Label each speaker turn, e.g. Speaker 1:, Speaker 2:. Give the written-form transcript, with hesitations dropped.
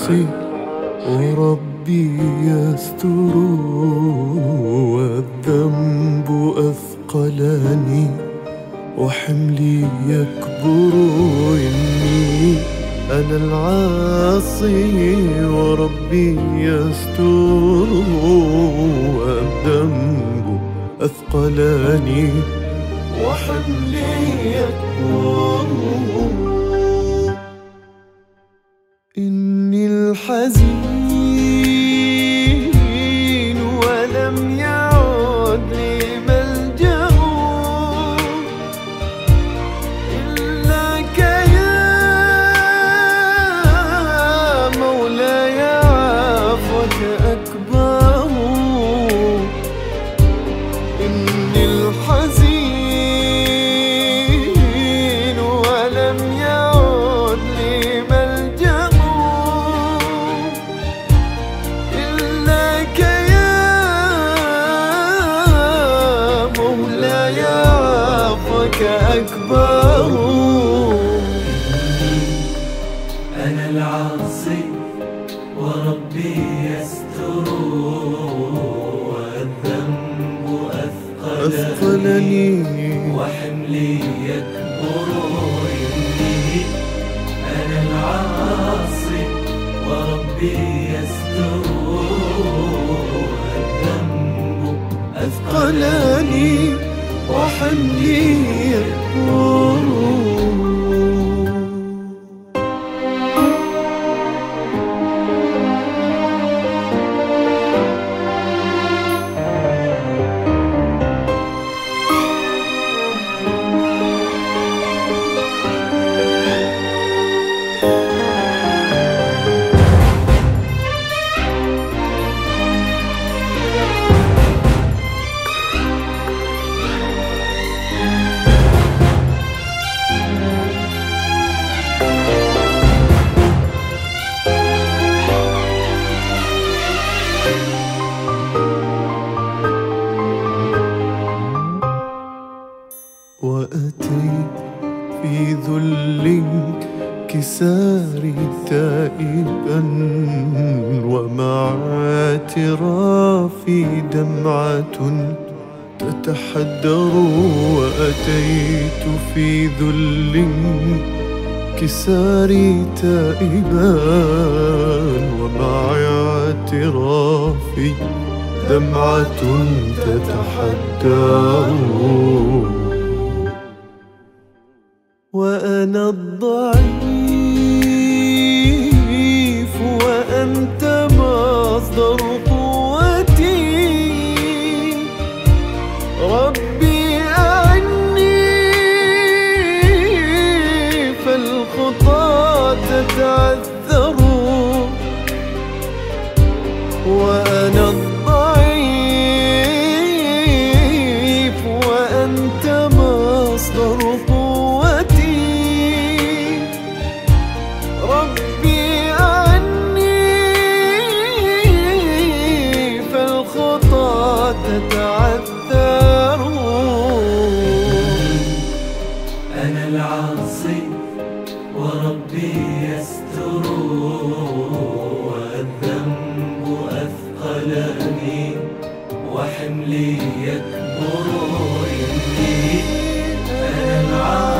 Speaker 1: العاصي وربي يستر، والذنب أثقلني وحملي يكبر. إني أنا العاصي وربي يستر، والذنب أثقلني وحملي يكبر. إني الحزين ولم يعد لي ملجأ إلاك يا مولاي، عفوك أكبر. إني الحزين ولم يعد لي ملجأ إلاك يا مولاي، عفوك أكبر.
Speaker 2: أنا العاصي وربي يستر، والذنب أثقلني وحملي يكبر. إني أنا العاصي وربي يستر، والذنب
Speaker 1: أثقلني وحملي يكبر. وأتيت في ذل انكساري تائبا، ومع اعترافي دمعة تتحدر. وأتيت في ذل انكساري تائبا، ومع اعترافي دمعة تتحدر. وأنا الضعيف وأنت مصدر قوتي، ربي أعني فالخطى تتعذر. وأنا الضعيف وأنت مصدر قوتي، ربي عني فالخطى تتعثر.
Speaker 2: أنا العاصي وربي يستر، والذنب أثقلني وحملي يكبر. إني أنا العاصي